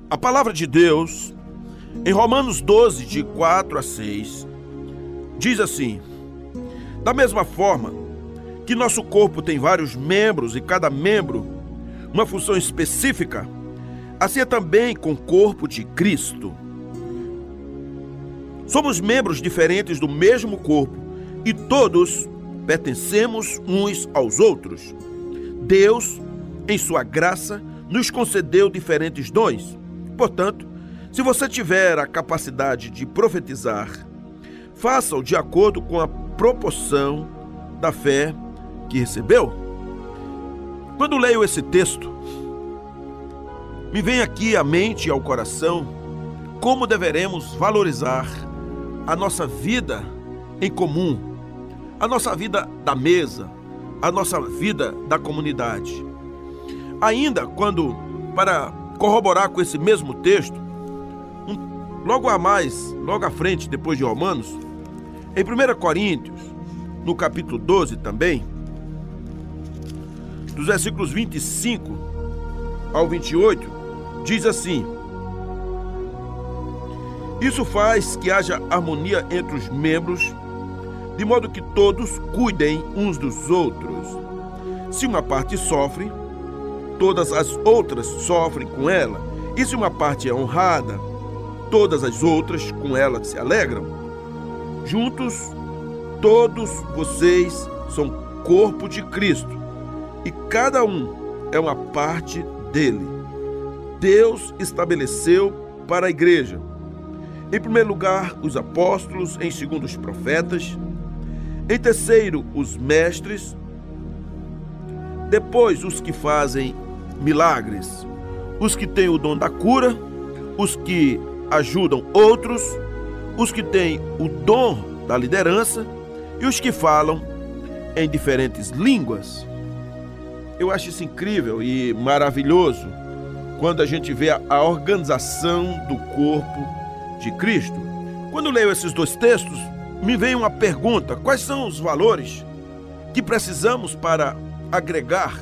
A palavra de Deus, em Romanos 12, de 4 a 6, diz assim: da mesma forma que nosso corpo tem vários membros e cada membro uma função específica, assim é também com o corpo de Cristo. Somos membros diferentes do mesmo corpo e todos pertencemos uns aos outros. Deus, em sua graça, nos concedeu diferentes dons. Portanto, se você tiver a capacidade de profetizar, faça-o de acordo com a proporção da fé que recebeu. Quando leio esse texto, me vem aqui à mente e ao coração como deveremos valorizar a nossa vida em comum, a nossa vida da mesa, a nossa vida da comunidade. Ainda quando, para corroborar com esse mesmo texto, logo à frente, depois de Romanos, em 1 Coríntios, no capítulo 12 também, dos versículos 25 ao 28, diz assim: isso faz que haja harmonia entre os membros, de modo que todos cuidem uns dos outros. Se uma parte sofre, todas as outras sofrem com ela. E se uma parte é honrada, todas as outras com ela se alegram. Juntos, todos vocês são corpo de Cristo, e cada um é uma parte dele. Deus estabeleceu para a igreja, em primeiro lugar, os apóstolos, em segundo, os profetas, em terceiro, os mestres, depois os que fazem milagres, os que têm o dom da cura, os que ajudam outros, os que têm o dom da liderança e os que falam em diferentes línguas. Eu acho isso incrível e maravilhoso quando a gente vê a organização do corpo de Cristo. Quando leio esses dois textos, me vem uma pergunta: quais são os valores que precisamos para agregar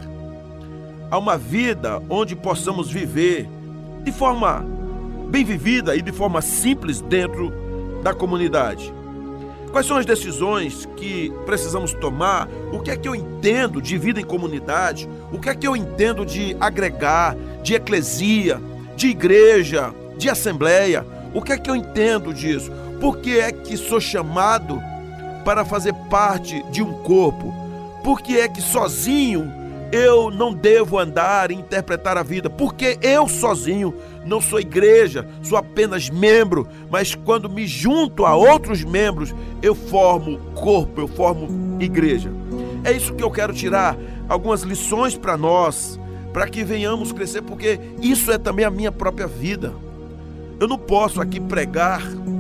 a uma vida onde possamos viver de forma bem vivida e de forma simples dentro da comunidade? Quais são as decisões que precisamos tomar? O que é que eu entendo de vida em comunidade? O que é que eu entendo de agregar, de eclesia, de igreja, de assembleia? O que é que eu entendo disso? Por que é que sou chamado para fazer parte de um corpo? Por que é que sozinho eu não devo andar e interpretar a vida? Porque eu sozinho não sou igreja, sou apenas membro, mas quando me junto a outros membros, eu formo corpo, eu formo igreja. É isso que eu quero tirar, algumas lições para nós, para que venhamos crescer, porque isso é também a minha própria vida. Eu não posso aqui pregar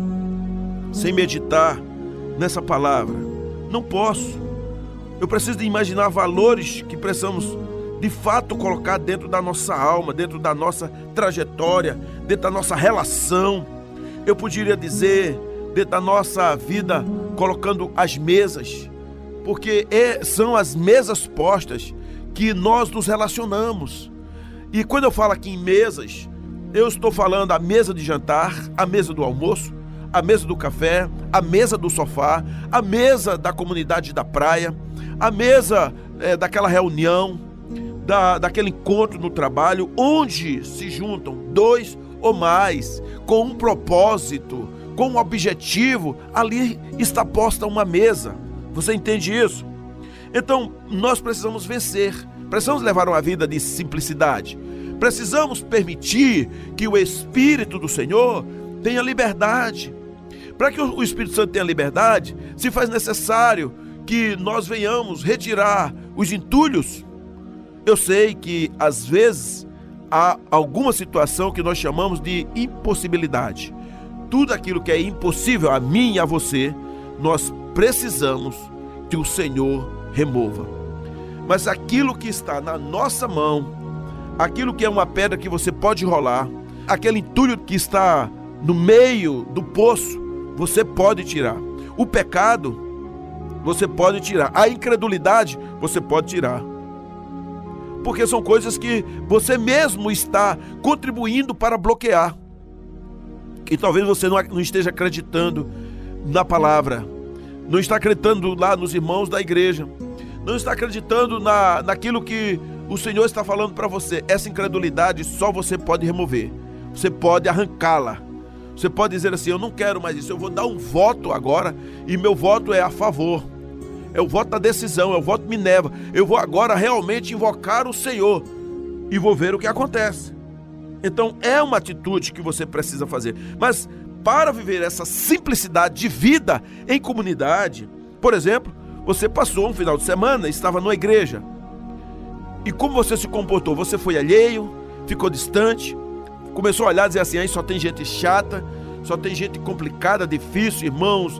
sem meditar nessa palavra. Não posso. Eu preciso de imaginar valores que precisamos de fato colocar dentro da nossa alma, dentro da nossa trajetória, dentro da nossa relação. Eu poderia dizer, dentro da nossa vida, colocando as mesas, porque são as mesas postas que nós nos relacionamos. E quando eu falo aqui em mesas, eu estou falando a mesa de jantar, a mesa do almoço, a mesa do café, a mesa do sofá, a mesa da comunidade da praia, a mesa daquela reunião, daquele encontro no trabalho, onde se juntam dois ou mais, com um propósito, com um objetivo. Ali está posta uma mesa. Você entende isso? Então, nós precisamos vencer, precisamos levar uma vida de simplicidade. Precisamos permitir que o Espírito do Senhor tenha liberdade. Para que o Espírito Santo tenha liberdade, se faz necessário que nós venhamos retirar os entulhos. Eu sei que, às vezes, há alguma situação que nós chamamos de impossibilidade. Tudo aquilo que é impossível a mim e a você, nós precisamos que o Senhor remova. Mas aquilo que está na nossa mão, aquilo que é uma pedra que você pode rolar, aquele entulho que está no meio do poço, você pode tirar. O pecado, você pode tirar. A incredulidade, você pode tirar. porque são coisas que você mesmo está contribuindo para bloquear. E talvez você não esteja acreditando na palavra, não está acreditando lá nos irmãos da igreja, não está acreditando naquilo que o Senhor está falando para você. Essa incredulidade só você pode remover, você pode arrancá-la. Você pode dizer assim: eu não quero mais isso, eu vou dar um voto agora, e meu voto é a favor, é o voto da decisão, é o voto Minerva. Eu vou agora realmente invocar o Senhor e vou ver o que acontece. Então é uma atitude que você precisa fazer. Mas para viver essa simplicidade de vida em comunidade, por exemplo, você passou um final de semana, estava numa igreja, e como você se comportou? Você foi alheio, ficou distante, começou a olhar e dizer assim: aí só tem gente chata, só tem gente complicada, difícil, irmãos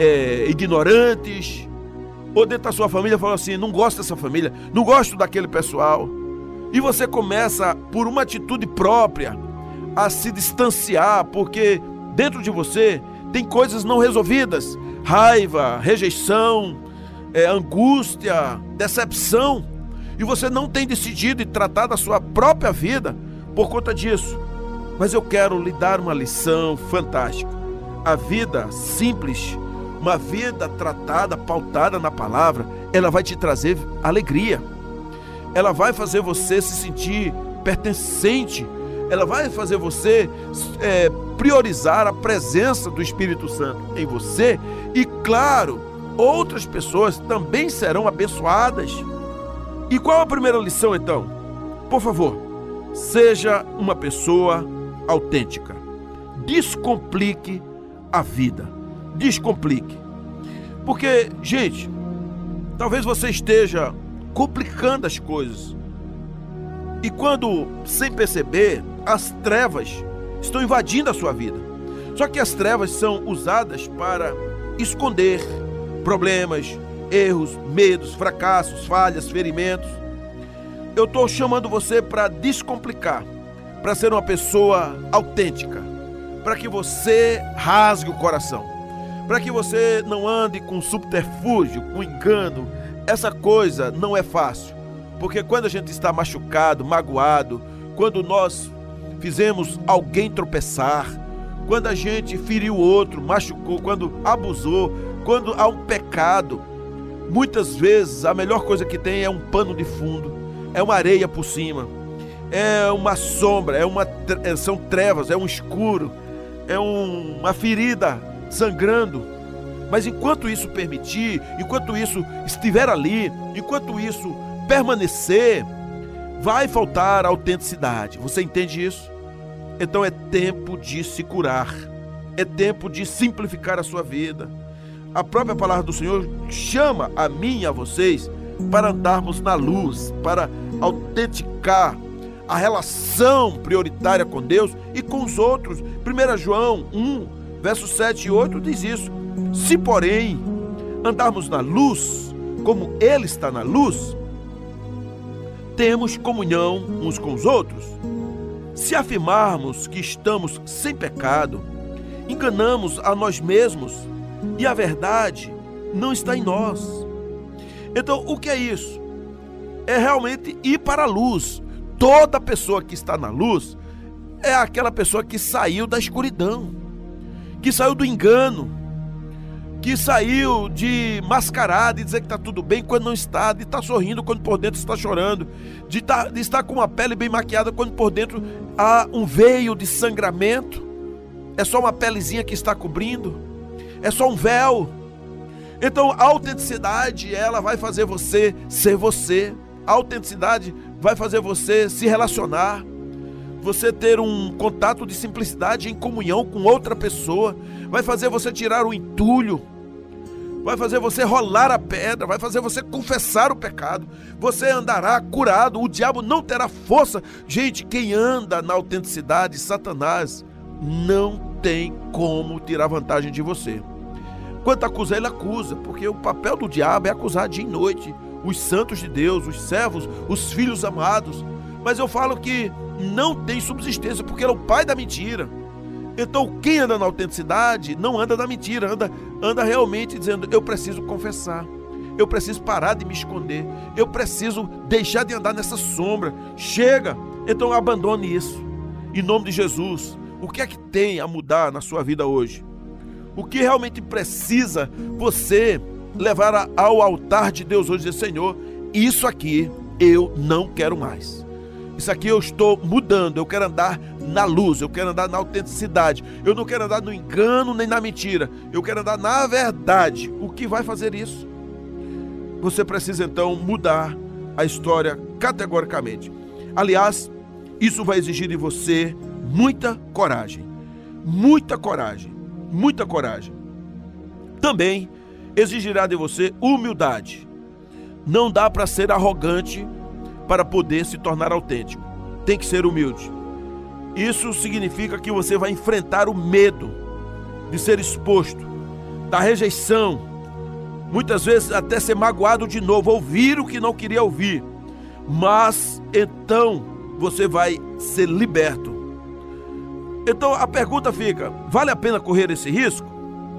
ignorantes. Ou dentro da sua família falou assim: não gosto dessa família, não gosto daquele pessoal. E você começa, por uma atitude própria, a se distanciar, porque dentro de você tem coisas não resolvidas: raiva, rejeição, angústia, decepção. E você não tem decidido e tratado a sua própria vida por conta disso. Mas eu quero lhe dar uma lição fantástica. A vida simples, uma vida tratada, pautada na palavra, ela vai te trazer alegria. Ela vai fazer você se sentir pertencente. Ela vai fazer você priorizar a presença do Espírito Santo em você. E claro, outras pessoas também serão abençoadas. E qual a primeira lição então? Por favor, seja uma pessoa autêntica. Descomplique a vida. Descomplique. Porque, gente, talvez você esteja complicando as coisas. E quando, sem perceber, as trevas estão invadindo a sua vida. Só que as trevas são usadas para esconder problemas, erros, medos, fracassos, falhas, ferimentos. Eu estou chamando você para descomplicar, para ser uma pessoa autêntica, para que você rasgue o coração, para que você não ande com subterfúgio, com engano. Essa coisa não é fácil, porque quando a gente está machucado, magoado, quando nós fizemos alguém tropeçar, quando a gente feriu o outro, machucou, quando abusou, quando há um pecado, muitas vezes a melhor coisa que tem é um pano de fundo, é uma areia por cima, é uma sombra, são trevas, é um escuro, é uma ferida sangrando. Mas enquanto isso permitir, enquanto isso estiver ali, enquanto isso permanecer, vai faltar autenticidade. Você entende isso? Então é tempo de se curar, é tempo de simplificar a sua vida. A própria palavra do Senhor chama a mim e a vocês para andarmos na luz, para autenticar a relação prioritária com Deus e com os outros. 1 João 1, versos 7 e 8 diz isso: se porém andarmos na luz, como Ele está na luz, temos comunhão uns com os outros. Se afirmarmos que estamos sem pecado, enganamos a nós mesmos e a verdade não está em nós. Então, o que é isso? É realmente ir para a luz. Toda pessoa que está na luz é aquela pessoa que saiu da escuridão, que saiu do engano, que saiu de mascarar, de dizer que está tudo bem quando não está, de estar sorrindo quando por dentro está chorando, de estar com uma pele bem maquiada quando por dentro há um veio de sangramento. É só uma pelezinha que está cobrindo, é só um véu. Então a autenticidade, ela vai fazer você ser você. A autenticidade vai fazer você se relacionar, você ter um contato de simplicidade em comunhão com outra pessoa, vai fazer você tirar o entulho, vai fazer você rolar a pedra, vai fazer você confessar o pecado, você andará curado, o diabo não terá força. Gente, quem anda na autenticidade, Satanás não tem como tirar vantagem de você. Quanto acusar, ele acusa, porque o papel do diabo é acusar dia e noite os santos de Deus, os servos, os filhos amados. Mas eu falo que não tem subsistência, porque ele é o pai da mentira. Então quem anda na autenticidade não anda na mentira, anda realmente dizendo: eu preciso confessar, eu preciso parar de me esconder, eu preciso deixar de andar nessa sombra. Chega, então abandone isso. Em nome de Jesus, o que é que tem a mudar na sua vida hoje? O que realmente precisa você levar ao altar de Deus hoje e dizer: Senhor, isso aqui eu não quero mais. Isso aqui eu estou mudando, eu quero andar na luz, eu quero andar na autenticidade, eu não quero andar no engano nem na mentira, eu quero andar na verdade. O que vai fazer isso? Você precisa então mudar a história categoricamente. Aliás, isso vai exigir de você muita coragem, muita coragem, muita coragem. Também exigirá de você humildade. Não dá para ser arrogante para poder se tornar autêntico. Tem que ser humilde. Isso significa que você vai enfrentar o medo de ser exposto, da rejeição, muitas vezes até ser magoado de novo, ouvir o que não queria ouvir. Mas então você vai ser liberto. Então a pergunta fica: vale a pena correr esse risco?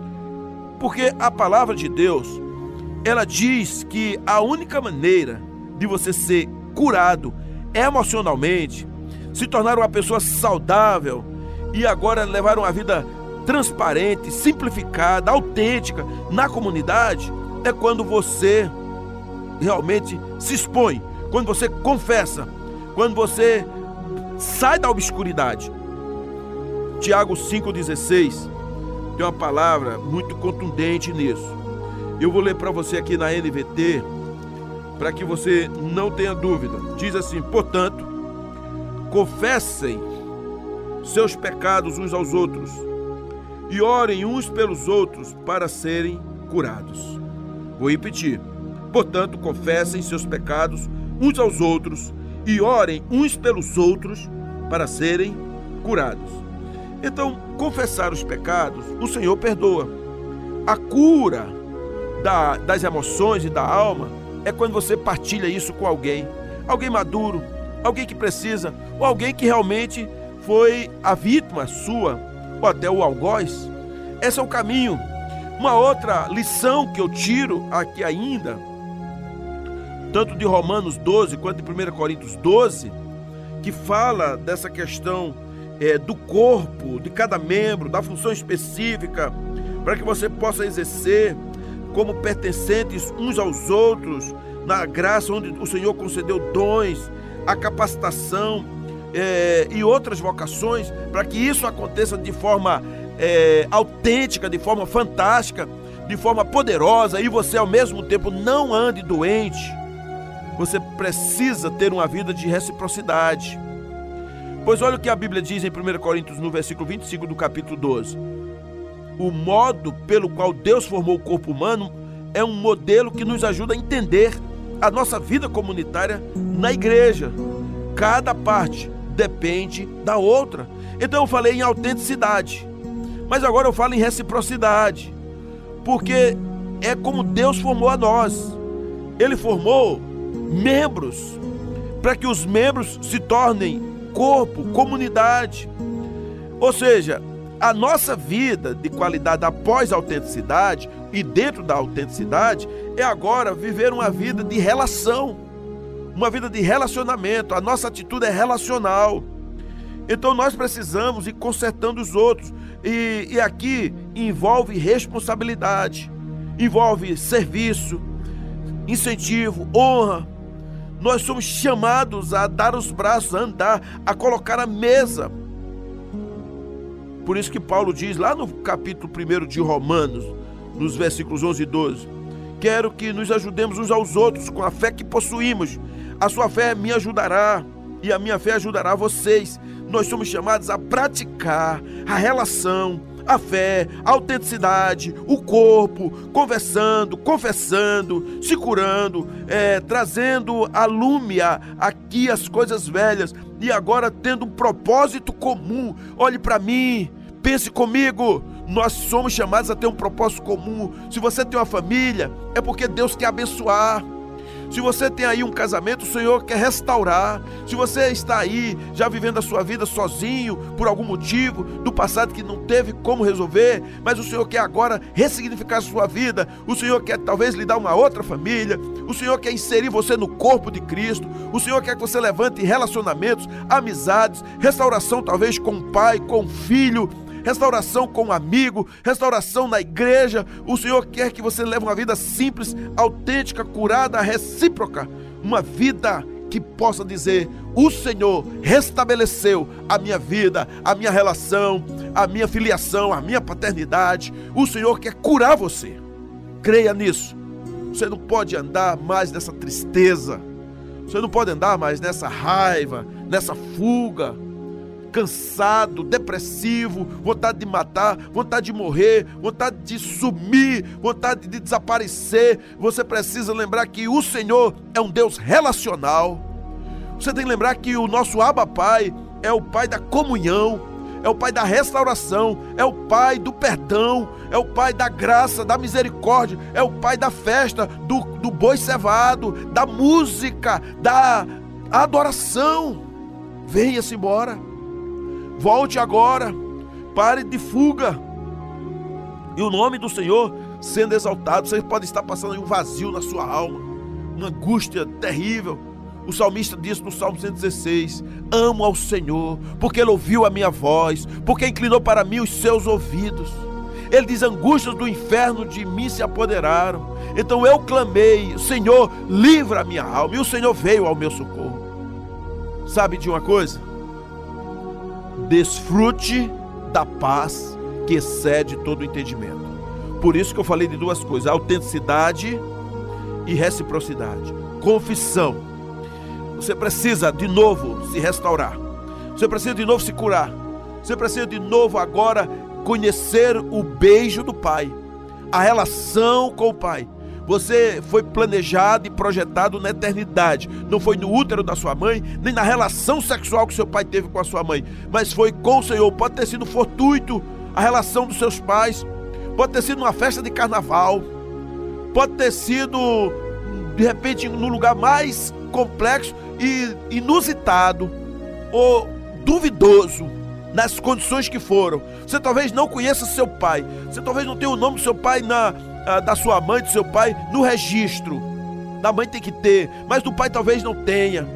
Porque a palavra de Deus, ela diz que a única maneira de você ser curado emocionalmente, se tornar uma pessoa saudável e agora levar uma vida transparente, simplificada, autêntica na comunidade, é quando você realmente se expõe, quando você confessa, quando você sai da obscuridade. Tiago 5,16 tem uma palavra muito contundente nisso. Eu vou ler para você aqui na NVT, para que você não tenha dúvida. Diz assim: portanto, confessem seus pecados uns aos outros e orem uns pelos outros para serem curados. Vou repetir: portanto, confessem seus pecados uns aos outros e orem uns pelos outros para serem curados. Então, confessar os pecados, o Senhor perdoa. A cura das emoções e da alma é quando você partilha isso com alguém maduro, alguém que precisa, ou alguém que realmente foi a vítima sua, ou até o algoz. Esse é o caminho. Uma outra lição que eu tiro aqui ainda, tanto de Romanos 12 quanto de 1 Coríntios 12, que fala dessa questão do corpo, de cada membro, da função específica, para que você possa exercer como pertencentes uns aos outros, na graça onde o Senhor concedeu dons, a capacitação e outras vocações, para que isso aconteça de forma autêntica, de forma fantástica, de forma poderosa, e você ao mesmo tempo não ande doente. Você precisa ter uma vida de reciprocidade. Pois olha o que a Bíblia diz em 1 Coríntios, no versículo 25 do capítulo 12. O modo pelo qual Deus formou o corpo humano é um modelo que nos ajuda a entender a nossa vida comunitária na igreja. Cada parte depende da outra. Então eu falei em autenticidade, mas agora eu falo em reciprocidade, porque é como Deus formou a nós. Ele formou membros para que os membros se tornem corpo, comunidade. Ou seja, a nossa vida de qualidade após a autenticidade e dentro da autenticidade é agora viver uma vida de relação, uma vida de relacionamento. A nossa atitude é relacional. Então nós precisamos ir consertando os outros. E aqui envolve responsabilidade, envolve serviço, incentivo, honra. Nós somos chamados a dar os braços, a andar, a colocar a mesa. Por isso que Paulo diz lá no capítulo 1 de Romanos, nos versículos 11 e 12: quero que nos ajudemos uns aos outros com a fé que possuímos. A sua fé me ajudará e a minha fé ajudará vocês. Nós somos chamados a praticar a relação, a fé, a autenticidade, o corpo, conversando, confessando, se curando, trazendo à lume aqui as coisas velhas e agora tendo um propósito comum. Olhe para mim, pense comigo. Nós somos chamados a ter um propósito comum. Se você tem uma família, é porque Deus quer abençoar. Se você tem aí um casamento, o Senhor quer restaurar. Se você está aí já vivendo a sua vida sozinho, por algum motivo, do passado que não teve como resolver, mas o Senhor quer agora ressignificar a sua vida. O Senhor quer talvez lhe dar uma outra família. O Senhor quer inserir você no corpo de Cristo. O Senhor quer que você levante relacionamentos, amizades, restauração talvez com o pai, com o filho, restauração com um amigo, restauração na igreja. O Senhor quer que você leve uma vida simples, autêntica, curada, recíproca. Uma vida que possa dizer: o Senhor restabeleceu a minha vida, a minha relação, a minha filiação, a minha paternidade. O Senhor quer curar você. Creia nisso. Você não pode andar mais nessa tristeza. Você não pode andar mais nessa raiva, nessa fuga, cansado, depressivo, vontade de matar, vontade de morrer, vontade de sumir, vontade de desaparecer. Você precisa lembrar que o Senhor é um Deus relacional. Você tem que lembrar que o nosso Abba Pai é o Pai da comunhão, é o Pai da restauração, é o Pai do perdão, é o Pai da graça, da misericórdia, é o Pai da festa, do boi cevado, da música, da adoração. Venha-se embora. Volte agora, pare de fuga, e o nome do Senhor sendo exaltado. Você pode estar passando aí um vazio na sua alma, uma angústia terrível. O salmista disse no Salmo 116: amo ao Senhor, porque Ele ouviu a minha voz, porque inclinou para mim os seus ouvidos. Ele diz: angústias do inferno de mim se apoderaram, então eu clamei: Senhor, livra a minha alma, e o Senhor veio ao meu socorro. Sabe de uma coisa? Desfrute da paz que excede todo o entendimento. Por isso que eu falei de duas coisas: autenticidade e reciprocidade. Confissão. Você precisa de novo se restaurar. Você precisa de novo se curar. Você precisa de novo agora conhecer o beijo do Pai, a relação com o Pai. Você foi planejado e projetado na eternidade. Não foi no útero da sua mãe, nem na relação sexual que seu pai teve com a sua mãe, mas foi com o Senhor. Pode ter sido fortuito a relação dos seus pais, pode ter sido uma festa de carnaval, pode ter sido de repente num lugar mais complexo e inusitado ou duvidoso, nas condições que foram. Você talvez não conheça seu pai, você talvez não tenha o nome do seu pai da sua mãe, do seu pai no registro. Da mãe tem que ter, mas do pai talvez não tenha.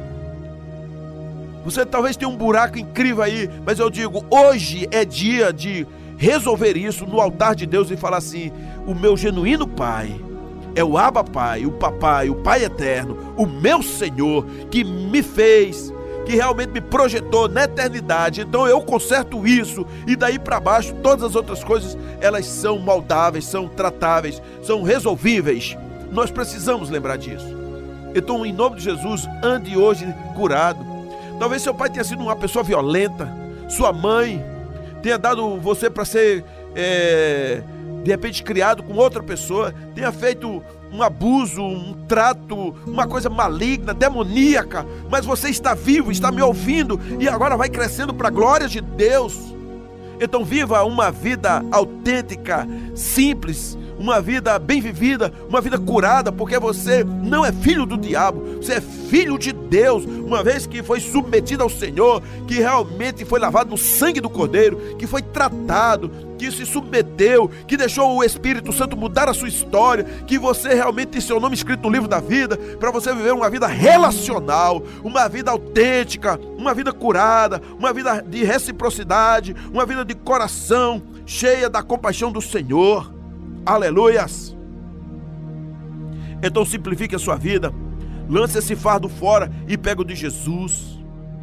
Você talvez tenha um buraco incrível aí, mas eu digo, hoje é dia de resolver isso no altar de Deus e falar assim: o meu genuíno pai é o Abba Pai, o Papai, o Pai Eterno, o meu Senhor, que me fez, que realmente me projetou na eternidade. Então eu conserto isso, e daí para baixo todas as outras coisas, elas são moldáveis, são tratáveis, são resolvíveis. Nós precisamos lembrar disso. Então, em nome de Jesus, ande hoje curado. Talvez seu pai tenha sido uma pessoa violenta, sua mãe tenha dado você para ser de repente criado com outra pessoa, tenha feito um abuso, um trato, uma coisa maligna, demoníaca, mas você está vivo, está me ouvindo e agora vai crescendo para a glória de Deus. Então viva uma vida autêntica, simples, uma vida bem vivida, uma vida curada, porque você não é filho do diabo, você é filho de Deus, uma vez que foi submetido ao Senhor, que realmente foi lavado no sangue do Cordeiro, que foi tratado, que se submeteu, que deixou o Espírito Santo mudar a sua história, que você realmente tem seu nome escrito no livro da vida, para você viver uma vida relacional, uma vida autêntica, uma vida curada, uma vida de reciprocidade, uma vida de coração, cheia da compaixão do Senhor. Aleluias! Então simplifique a sua vida, lance esse fardo fora e pega o de Jesus.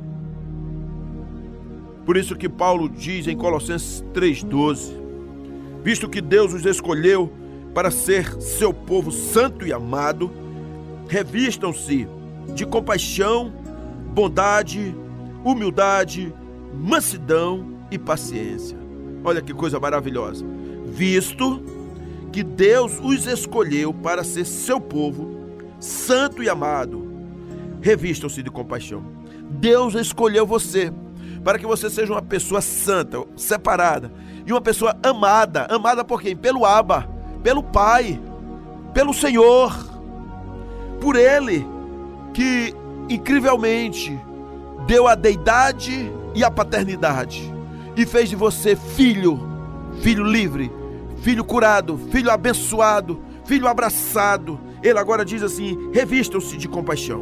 Por isso que Paulo diz em Colossenses 3,12: visto que Deus os escolheu para ser seu povo santo e amado, revistam-se de compaixão, bondade, humildade, mansidão e paciência. Olha que coisa maravilhosa. Visto que Deus os escolheu para ser seu povo, santo e amado, revistam-se de compaixão. Deus escolheu você para que você seja uma pessoa santa, separada, e uma pessoa amada. Amada por quem? Pelo Abba, pelo Pai, pelo Senhor. por Ele que incrivelmente deu a deidade e a paternidade e fez de você filho, filho livre, filho curado, filho abençoado, filho abraçado. Ele agora diz assim: revistam-se de compaixão,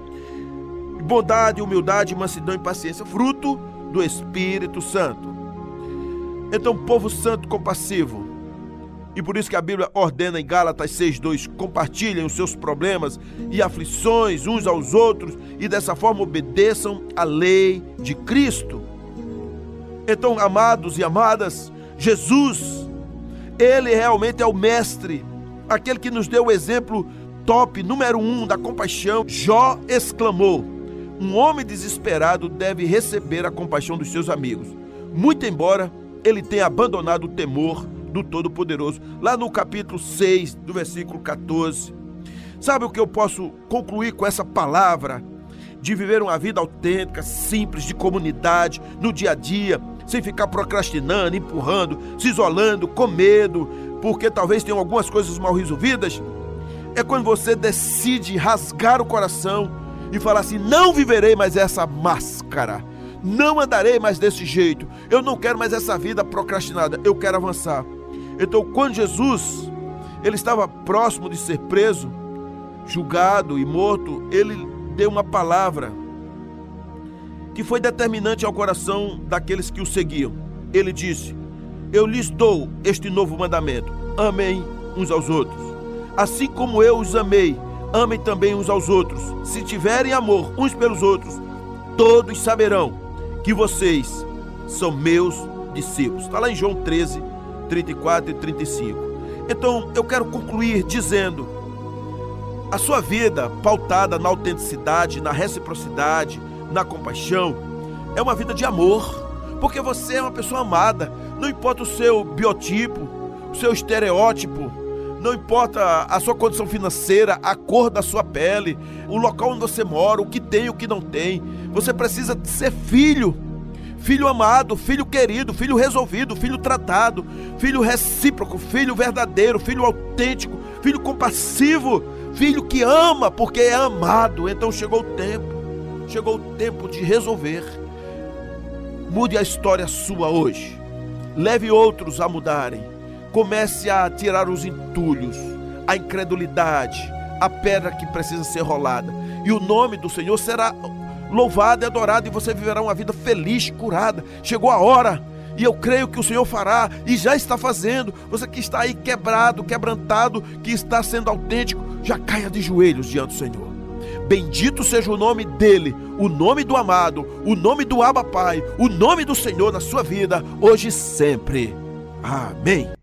bondade, humildade, mansidão e paciência, fruto do Espírito Santo. Então, povo santo compassivo, e por isso que a Bíblia ordena em Gálatas 6:2, compartilhem os seus problemas e aflições uns aos outros e dessa forma obedeçam à lei de Cristo. Então, amados e amadas, Jesus, Ele realmente é o mestre, aquele que nos deu o exemplo top, número 1 da compaixão. Jó exclamou: um homem desesperado deve receber a compaixão dos seus amigos, muito embora ele tenha abandonado o temor do Todo-Poderoso. Lá no capítulo 6, do versículo 14. Sabe o que eu posso concluir com essa palavra? De viver uma vida autêntica, simples, de comunidade, no dia a dia, sem ficar procrastinando, empurrando, se isolando, com medo, porque talvez tenham algumas coisas mal resolvidas. É quando você decide rasgar o coração e falar assim: não viverei mais essa máscara, não andarei mais desse jeito, eu não quero mais essa vida procrastinada, eu quero avançar. Então, quando Jesus, ele estava próximo de ser preso, julgado e morto, ele deu uma palavra que foi determinante ao coração daqueles que o seguiam. Ele disse: eu lhes dou este novo mandamento: amem uns aos outros. Assim como eu os amei, amem também uns aos outros. Se tiverem amor uns pelos outros, todos saberão que vocês são meus discípulos. Está lá em João 13, 34 e 35. Então, eu quero concluir dizendo: a sua vida pautada na autenticidade, na reciprocidade, na compaixão, é uma vida de amor, porque você é uma pessoa amada. Não importa o seu biotipo, o seu estereótipo, não importa a sua condição financeira, a cor da sua pele, o local onde você mora, o que tem e o que não tem. Você precisa ser filho, filho amado, filho querido, filho resolvido, filho tratado, filho recíproco, filho verdadeiro, filho autêntico, filho compassivo, filho que ama porque é amado. Então chegou o tempo de resolver. Mude a história sua hoje, leve outros a mudarem. Comece a tirar os entulhos, a incredulidade, a pedra que precisa ser rolada, e o nome do Senhor será louvado e adorado, e você viverá uma vida feliz, curada. Chegou a hora, e eu creio que o Senhor fará, e já está fazendo. Você que está aí quebrado, quebrantado, que está sendo autêntico, já caia de joelhos diante do Senhor. Bendito seja o nome dele, o nome do amado, o nome do Abba Pai, o nome do Senhor na sua vida, hoje e sempre. Amém.